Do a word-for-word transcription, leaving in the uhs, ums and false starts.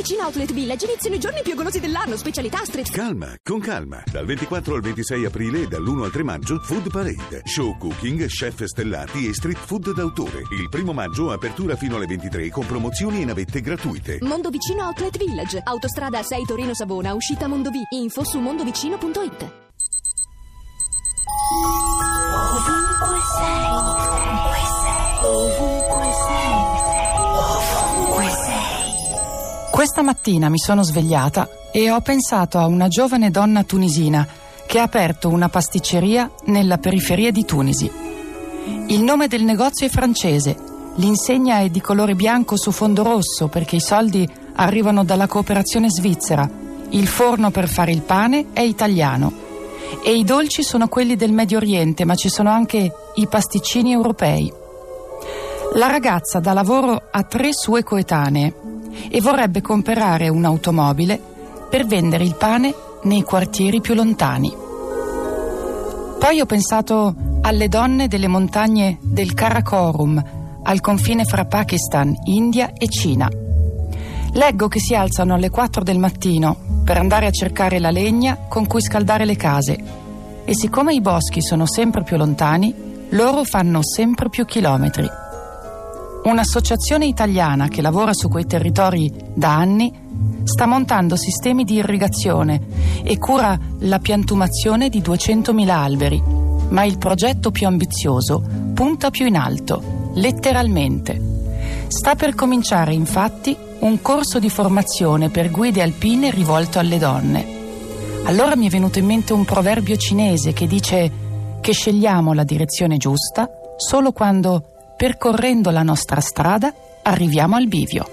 Vicino Outlet Village iniziano i giorni più golosi dell'anno, specialità street. Calma, con calma. Dal ventiquattro al ventisei aprile e dall'primo al tre maggio, Food Parade. Show cooking, chef stellati e street food d'autore. Il primo maggio apertura fino alle ventitré con promozioni e navette gratuite. Mondovicino Outlet Village, autostrada sei Torino Savona, uscita Mondovì. Info su mondovicino punto it. Ovunque sei, ovunque sei, ovunque sei, ovunque sei. Questa mattina mi sono svegliata e ho pensato a una giovane donna tunisina che ha aperto una pasticceria nella periferia di Tunisi. Il nome del negozio è francese, l'insegna è di colore bianco su fondo rosso perché i soldi arrivano dalla cooperazione svizzera, il forno per fare il pane è italiano e i dolci sono quelli del Medio Oriente, ma ci sono anche i pasticcini europei. La ragazza dà lavoro a tre sue coetanee e vorrebbe comprare un'automobile per vendere il pane nei quartieri più lontani. Poi ho pensato alle donne delle montagne del Karakorum, al confine fra Pakistan, India e Cina. Leggo che si alzano alle quattro del mattino per andare a cercare la legna con cui scaldare le case e siccome i boschi sono sempre più lontani, loro fanno sempre più chilometri. Un'associazione italiana che lavora su quei territori da anni sta montando sistemi di irrigazione e cura la piantumazione di duecentomila alberi, ma il progetto più ambizioso punta più in alto, letteralmente. Sta per cominciare infatti un corso di formazione per guide alpine rivolto alle donne. Allora mi è venuto in mente un proverbio cinese che dice che scegliamo la direzione giusta solo quando, percorrendo la nostra strada, arriviamo al bivio.